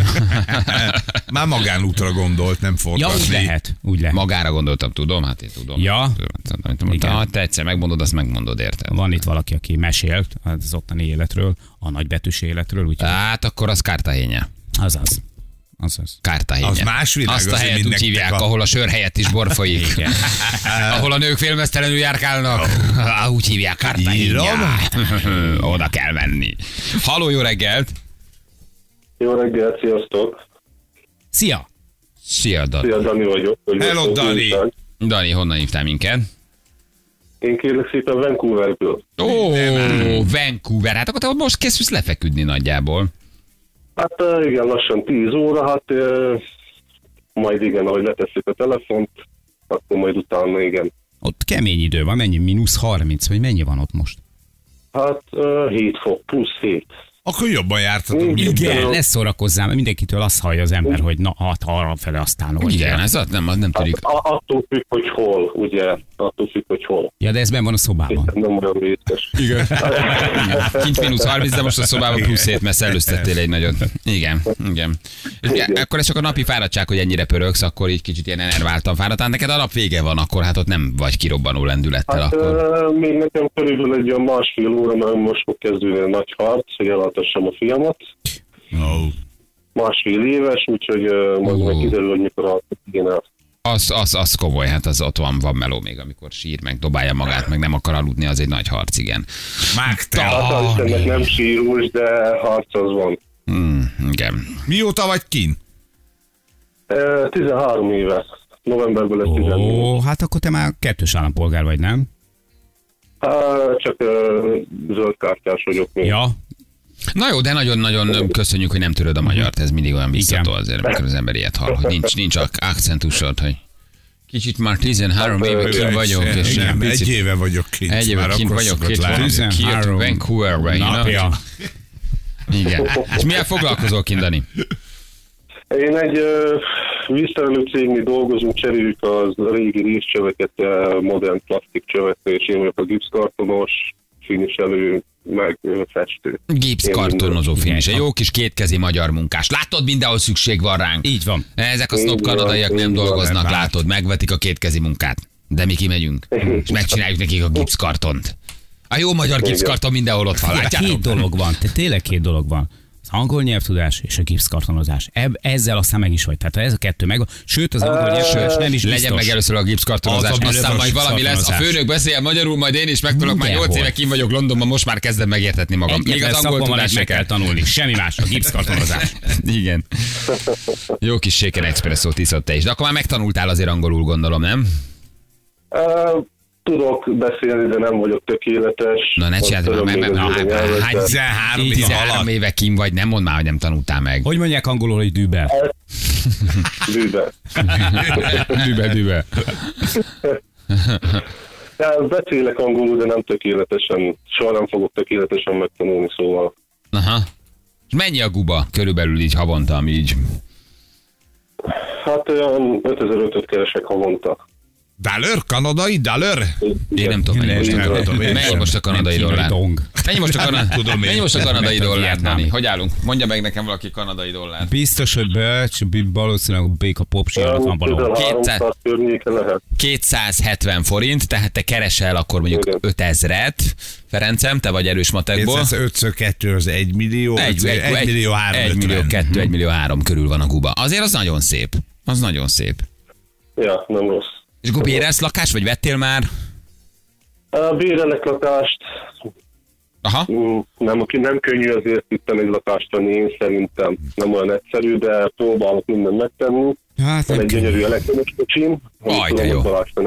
[SPEAKER 4] Már magánútra gondolt, nem forgatni.
[SPEAKER 3] Ja, úgy lehet.
[SPEAKER 2] Magára gondoltam, tudom, hát én tudom.
[SPEAKER 3] Ja.
[SPEAKER 2] Ha te egyszer megmondod, azt megmondod, érted?
[SPEAKER 3] Van itt valaki, aki mesélt az ottani életről, a nagybetűs életről. Úgyhogy...
[SPEAKER 2] Hát akkor az Cartagena.
[SPEAKER 3] Azaz.
[SPEAKER 2] Cartagena.
[SPEAKER 4] Az más világ.
[SPEAKER 2] Azt a helyet úgy hívják, ahol a sör helyett is bor folyik. Ahol a nők félmeztelenül járkálnak. Úgy hívják, Cartagena. Oda kell menni. Halló, jó reggelt!
[SPEAKER 5] Jó reggelt, sziasztok!
[SPEAKER 3] Szia!
[SPEAKER 2] Szia, Dani.
[SPEAKER 5] Szia, Dani vagyok.
[SPEAKER 4] Hello, Dani!
[SPEAKER 2] Dani, honnan hívtál minket?
[SPEAKER 5] Én kérlek szépen Vancouverből.
[SPEAKER 2] Vancouver. Hát akkor te most készülsz lefeküdni nagyjából.
[SPEAKER 5] Hát igen, lassan 10 óra, hát majd igen, ahogy letesszük a telefont, akkor majd utána igen.
[SPEAKER 3] Ott kemény idő van, mennyi? -30, vagy mennyi van ott most?
[SPEAKER 5] Hát 7 fok, plusz 7.
[SPEAKER 4] Akkor jobban jártatok.
[SPEAKER 3] Igen, ne szórakozzál, mert mindenkitől azt hallja az ember, hogy na, hát arra fele aztán hogy.
[SPEAKER 2] Igen, ez nem tűnik.
[SPEAKER 5] Attól függ, hogy hol, ugye? Attól függ, hogy hol.
[SPEAKER 3] Ja, de ez benn van a szobában.
[SPEAKER 5] Nem olyan vészes.
[SPEAKER 2] Igen. Kint -30, de most a szobában +7, mert szellőztettél egy nagyot. Igen. Akkor ez csak a napi fáradtság, hogy ennyire pörögsz, akkor így kicsit ilyen enerváltan fáradtál. Neked a nap vége van, akkor hát ott nem vagy kirobbanó lendülettel.
[SPEAKER 5] Hát
[SPEAKER 2] akkor.
[SPEAKER 5] még nekem körülbelül egy olyan másfél óra, mert most fog kezdődni a nagy harc, hogy elaltassam a fiamat. Másfél éves, úgyhogy majd meg kiderül, hogy mikor altat igen el.
[SPEAKER 2] Az komoly, hát az ott van meló még, amikor sír, meg dobálja magát, meg nem akar aludni, az egy nagy harc, igen.
[SPEAKER 5] Hát Istennek nem sírós, de harc az van.
[SPEAKER 2] Igen.
[SPEAKER 4] Mióta vagy kin?
[SPEAKER 5] 13 éve. Novemberben lesz 14.
[SPEAKER 3] Ó, hát akkor te már kettős állampolgár vagy, nem?
[SPEAKER 5] Csak zöldkártyás vagyok még.
[SPEAKER 3] Ja.
[SPEAKER 2] Na jó, de nagyon-nagyon köszönjük, hogy nem töröd a magyart, ez mindig olyan biztató azért, amikor az ember ilyet hall, hogy nincs akcentusod, hogy kicsit már 13 éve kint vagyok, és
[SPEAKER 4] nem, egy éve vagyok kint.
[SPEAKER 2] Egy éve kint vagyok, kijött Vancouverbe,
[SPEAKER 3] napja.
[SPEAKER 2] Igen. És milyen foglalkozol kint, Dani?
[SPEAKER 5] Én egy vízterelő cégnél dolgozunk, cseréljük az régi rízcsöveket, modern plastik csövekre, és én vagyok a gipszkartonos, finiselő, meg festő.
[SPEAKER 2] Gipszkartonozó finise. Jó kis kétkezi magyar munkás. Látod, mindenhol szükség van ránk.
[SPEAKER 3] Így van.
[SPEAKER 2] Ezek a snob kanadaiak nem dolgoznak, látod, megvetik a kétkezi munkát. De mi kimegyünk, és megcsináljuk nekik a gipszkartont. A jó magyar gipszkarton mindenhol ott van, látjátok?
[SPEAKER 3] Két dolog van, tényleg két dolog van. Az angol nyelvtudás és a gipszkartonozás. Ezzel aztán meg is vagy. Tehát ha ez a kettő meg, sőt az angol nyelvtudás nem is biztos.
[SPEAKER 2] Legyen meg először a gipszkartonozás, aztán majd valami lesz. A főnök beszél magyarul, majd én is megtanulok, már 8 éve kim vagyok Londonban, most már kezdem megértetni magam. Még az angol tudás
[SPEAKER 3] meg kell tanulni. Semmi más, a gipszkartonozás.
[SPEAKER 2] Igen. Jó kis shaken espresszót iszott te is. De akkor már megtanultál azért angolul, gondolom, nem?
[SPEAKER 5] Tudok beszélni, de nem vagyok tökéletes.
[SPEAKER 2] Na ne csináld,
[SPEAKER 4] hány
[SPEAKER 2] 13 éve kim vagy, nem mondd már, hogy nem tanultál meg.
[SPEAKER 3] Hogy mondják angolul, hogy dübel?
[SPEAKER 5] Dübel. Beszélek angolul, de nem tökéletesen. Soha nem fogok tökéletesen megtanulni, szóval.
[SPEAKER 2] Aha. És mennyi a guba körülbelül így havonta, ami így?
[SPEAKER 5] Hát olyan 5500-öt keresek havonta.
[SPEAKER 4] Dollar? Kanadai dollar?
[SPEAKER 2] Én nem tudom, mennyi most a kanadai dollár. Mennyi most a kanadai dollár, Dani? Hogy állunk? Mondja meg nekem valaki kanadai dollár.
[SPEAKER 3] Biztos, hogy valószínűleg a béka popsírat van valahol.
[SPEAKER 2] 270 forint, tehát te keresel akkor mondjuk 5000-et. Ferencem, te vagy erős matekból.
[SPEAKER 4] 5x2 az 1 millió. 1 millió 3.
[SPEAKER 2] 1 millió 2, 1 millió 3 körül van a guba. Azért az nagyon szép. Az nagyon szép.
[SPEAKER 5] Ja, nem rossz.
[SPEAKER 2] És akkor bérelsz lakást, vagy vettél már?
[SPEAKER 5] Bérelek lakást.
[SPEAKER 2] Aha.
[SPEAKER 5] Nem könnyű azért itt egy lakást venni, én szerintem nem olyan egyszerű, de próbálok mindent megtenni.
[SPEAKER 3] Hát
[SPEAKER 5] van egy gyönyörű elektromos kocsim.
[SPEAKER 2] De jó.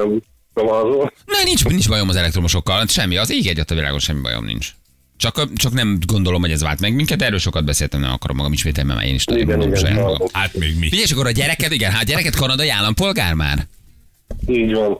[SPEAKER 5] Nem
[SPEAKER 2] nincs bajom az elektromosokkal, semmi, az ég egyet a világon semmi bajom nincs. Csak nem gondolom, hogy ez vált meg minket, erről sokat beszéltem, nem akarom magam ismételni, mert én is nagyon mondom saját magam.
[SPEAKER 4] Hát még mi.
[SPEAKER 2] És akkor a gyereked, igen, hát gyereked kanadai állampolgár már?
[SPEAKER 5] Így van.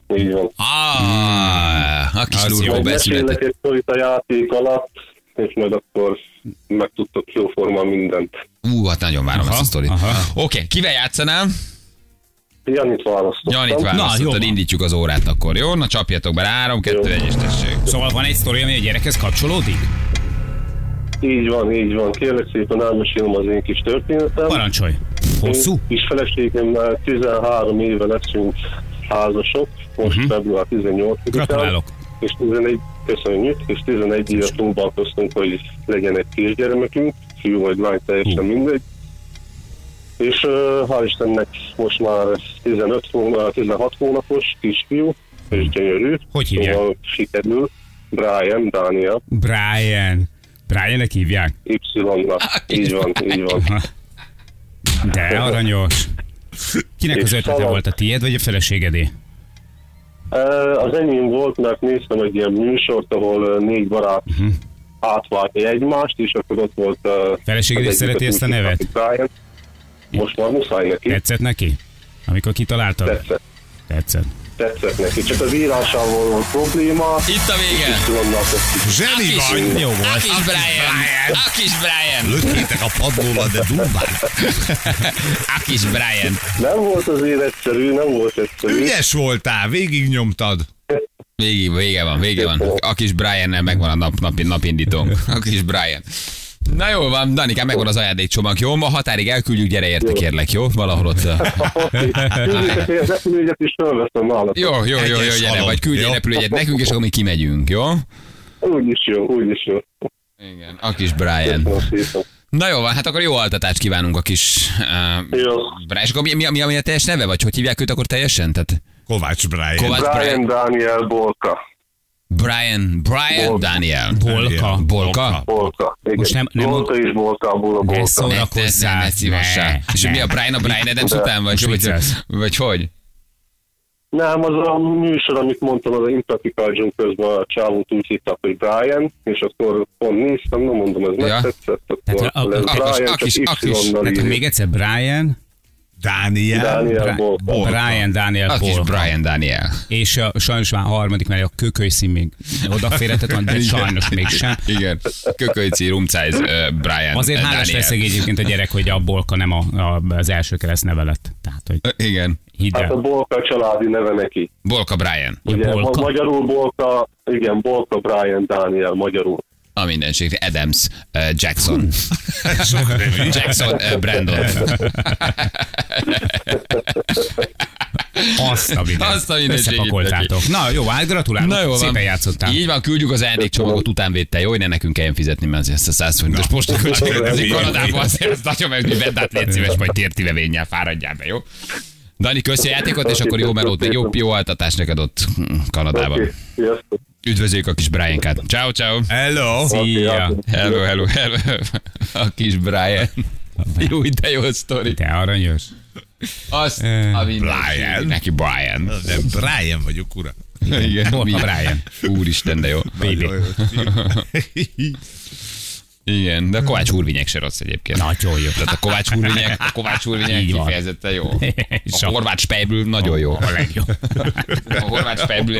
[SPEAKER 2] A kis lurkó beszületett.
[SPEAKER 5] Mesélek egy sztorit a játék alatt, és majd akkor megtudtok jóformán mindent.
[SPEAKER 2] Hát nagyon várom ezt a sztorit. Oké, kivel játszanál?
[SPEAKER 5] Janit
[SPEAKER 2] választottad, indítjuk az órát akkor, jó? Na csapjatok be, 3, 2, 1 és tessék.
[SPEAKER 3] Szóval van egy sztori, ami a gyerekhez kapcsolódik?
[SPEAKER 5] Így van. Kérlek szépen elmesélem az én kis történetem.
[SPEAKER 3] Parancsolj. Hosszú?
[SPEAKER 5] Kis feleségemmel 13 éve leszünk házasok, most február 18-án.
[SPEAKER 3] Gratulálok.
[SPEAKER 5] És 11, köszönjük, és 11 éve próbálkoztunk, hogy legyen egy kisgyermekünk, fiú vagy lány, teljesen mindegy. És hál' Istennek most már 16 hónapos kisfiú, és gyönyörű.
[SPEAKER 3] Hogy hívják?
[SPEAKER 5] Szóval sikerül. Brian, Dániel.
[SPEAKER 3] Briannek hívják?
[SPEAKER 5] Y-nak. Így van.
[SPEAKER 3] De aranyos. Kinek az ötlete volt, a tiéd, vagy a feleségedé?
[SPEAKER 5] Az enyém volt, mert néztem egy ilyen műsort, ahol 4 barát átváltja egymást, és akkor ott volt...
[SPEAKER 3] Feleséged is szereti ezt a nevet?
[SPEAKER 5] Brian. Most már muszáj neki.
[SPEAKER 3] Tetszett neki? Amikor kitaláltad? Tetszett
[SPEAKER 5] neki, csak az írásával volt probléma.
[SPEAKER 2] Itt a vége.
[SPEAKER 4] Zseni vagy!
[SPEAKER 3] Jó volt.
[SPEAKER 2] A kis Brian.
[SPEAKER 4] Lökjétek a padlóra, de dumbán.
[SPEAKER 2] A kis Brian.
[SPEAKER 5] Nem volt azért egyszerű, nem volt egyszerű.
[SPEAKER 4] Ügyes voltál, végignyomtad.
[SPEAKER 2] Vége van. A kis Brian-nel megvan a napindítónk. A kis Brian. Na jó van, Danikám, megvan az ajándékcsomag, jó? Ma határig elküldjük, gyere érte, kérlek, jó? Valahol ott.
[SPEAKER 5] Repülőjegyet is felveszem nálatok.
[SPEAKER 2] Jó, gyere, vagy küldj egy repülőjegyet nekünk, és akkor mi kimegyünk, jó?
[SPEAKER 5] Úgyis jó.
[SPEAKER 2] Igen, a kis Brian. Na jó van, hát akkor jó altatást kívánunk a kis Brian. És akkor mi a teljes neve, vagy hogy hívják őt akkor teljesen? Tehát...
[SPEAKER 4] Kovács Brian.
[SPEAKER 5] Brian Daniel Bolka.
[SPEAKER 2] Brian Daniel. Bolka.
[SPEAKER 5] Most nem Bolka is Bolkából a Bolka.
[SPEAKER 3] Ne szórakozzál.
[SPEAKER 2] Ne szívassá. És mi a Brian Adams után, vagy hogy?
[SPEAKER 5] Nem, az a műsor, amit mondtam, az a Impractical közben a csávót úgy hitták, hogy Brian, és akkor pont néztem, nem mondom, ez megtetszett.
[SPEAKER 3] Tehát még egyszer Brian...
[SPEAKER 5] Daniel Bolka.
[SPEAKER 3] Brian Daniel Bolka.
[SPEAKER 2] Brian Daniel.
[SPEAKER 3] És sajnos már a harmadik, mert a kökölyszín még odaférhetett van, de sajnos mégsem.
[SPEAKER 2] Igen, kökölyci, rumcájz, Brian
[SPEAKER 3] azért hálás leszek egyébként a gyerek, hogy a Bolka nem az első keresztneve lett. Tehát, hogy
[SPEAKER 2] igen.
[SPEAKER 5] Hát a Bolka családi neve neki.
[SPEAKER 2] Bolka Brian.
[SPEAKER 5] Ugye, magyarul Bolka, igen, Bolka Brian Daniel, magyarul.
[SPEAKER 2] A mindenségre. Adams, Jackson. Jackson, Brandon.
[SPEAKER 3] Azt a mindenségét. Összepakoltátok. Na jó, hát gratulálok. Na, jó, szépen játszottál.
[SPEAKER 2] Így van, küldjük az ajándékcsomagot, után védte, jó? Ne nekünk kelljen fizetni, mert ezt a 100 forintos postaköltséget azért Kanadában azt nagyon meg, hogy vedd át, légy szíves, majd térti vevénnyel, fáradjál be, jó? Dani, köszi a játékot, és akkor jó melót, még jó altatást neked ott Kanadában. Üdvözöljük a kis Brian-kát. Ciao.
[SPEAKER 4] Hello.
[SPEAKER 2] Szia. Hello. A kis Brian. Jó, de jó sztori.
[SPEAKER 3] Te aranyos.
[SPEAKER 2] Azt a Brian. Neki Brian.
[SPEAKER 4] Nem, Brian vagyok, ura.
[SPEAKER 2] Igen.
[SPEAKER 3] Hol a Brian?
[SPEAKER 2] Úristen, de jó.
[SPEAKER 3] Baby.
[SPEAKER 2] Igen, de a Kovács Hurvinyek se rossz egyébként.
[SPEAKER 3] Nagyon jó.
[SPEAKER 2] Tehát a Kovács Hurvinyek kifejezetten jó. A Horváth Spejbül nagyon jó.
[SPEAKER 3] A legjobb.
[SPEAKER 2] A Horváth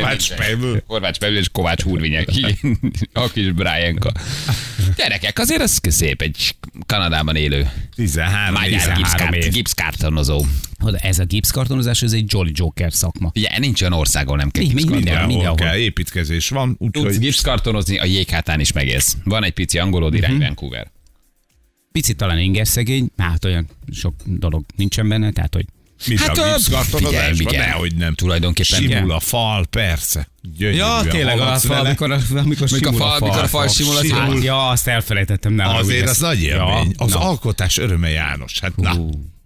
[SPEAKER 2] Spejbül és Kovács Hurvinyek. A kis Brianka. Gyerekek, azért az szép egy Kanadában élő
[SPEAKER 4] 13
[SPEAKER 2] gipszkártonozó.
[SPEAKER 3] Ez a gipszkartonozás, ez egy Jolly Joker szakma.
[SPEAKER 2] Ja, nincs olyan ország, ahol nem kell
[SPEAKER 4] mindenhol kell, építkezés van.
[SPEAKER 2] Tudsz gipszkartonozni, a jéghátán is megélsz. Van egy pici angolod irány Vancouver.
[SPEAKER 3] Picit talán ingerszegény, hát olyan sok dolog nincsen benne, tehát hogy...
[SPEAKER 4] Mint a gipszkartonozásban? Nehogy nem.
[SPEAKER 2] Tulajdonképpen.
[SPEAKER 4] Simul a fal, persze.
[SPEAKER 3] Ja, tényleg a fal, amikor simul a fal
[SPEAKER 2] simul.
[SPEAKER 3] Ja, azt elfelejtettem. Nem,
[SPEAKER 4] azért az nagy élmény. Az alkotás öröme, János. Hát na.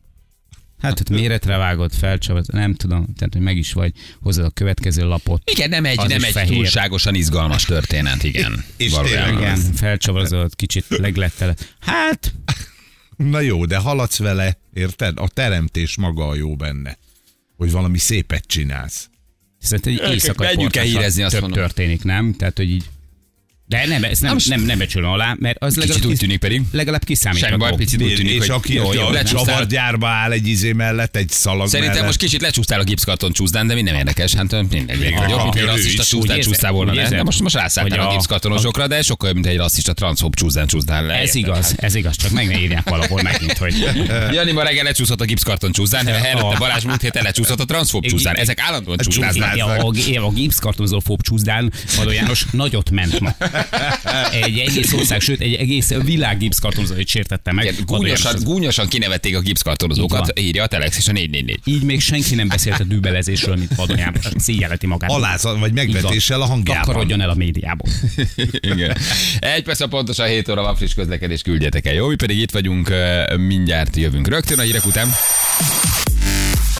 [SPEAKER 3] Hát ott méretre vágott, felcsavod, nem tudom, tehát hogy meg is vagy, hozod a következő lapot.
[SPEAKER 2] Igen, nem egy túlságosan izgalmas történet, igen.
[SPEAKER 4] És
[SPEAKER 3] igen, felcsavarozott, kicsit leglettelet. Hát...
[SPEAKER 4] Na jó, de haladsz vele, érted? A teremtés maga a jó benne, hogy valami szépet csinálsz.
[SPEAKER 3] Szerintem egy éjszakai portással több történik, nem? Tehát, hogy így... De nem, ezt nem becsülöm alá, mert az
[SPEAKER 2] kicsit úgy tűnik pedig.
[SPEAKER 3] Legalább kiszámítható.
[SPEAKER 2] Semmi baj, picit úgy tűnik,
[SPEAKER 4] és aki a csavargyárba áll egy izé mellett, egy szalag
[SPEAKER 2] Szerintem
[SPEAKER 4] mellett.
[SPEAKER 2] most kicsit lecsúsztál a gipszkarton csúszdán, de minden érdekes. Hát mindegy. Jobb, mint egy rasszista csúsztál volna le. De most rászálltál a gipszkartonosokra, de sokkal jobb, mint egy rasszista transzfób csúszzdán le.
[SPEAKER 3] Ez igaz, csak meg ne írják valahol megint, hogy...
[SPEAKER 2] Jani ma reggel lecsúszott a gipszkarton csúszzdán, előtte Balázs múlt héten lecsúszott a transzfób csúszddán. Ezek állandóan csúsztáznak.
[SPEAKER 3] A gipszkartonozó fób csúszddán Vadó János nagyot ment ma. Egy egész ország, sőt egy egész világ gipszkartonozóit sértette meg.
[SPEAKER 2] Gúnyosan kinevették a gipszkartonozókat, írja a Telex és a 444.
[SPEAKER 3] Így még senki nem beszélt a dűbelezésről, mint Vadó János. Szégyelleti magát.
[SPEAKER 4] Alázat vagy megvetéssel a hangjában.
[SPEAKER 3] Takarodjon el a médiából.
[SPEAKER 2] Igen. Egy perc pontosan 7 óra van friss közlekedés, küldjetek el. Jó, mi pedig itt vagyunk, mindjárt jövünk rögtön a hírek után.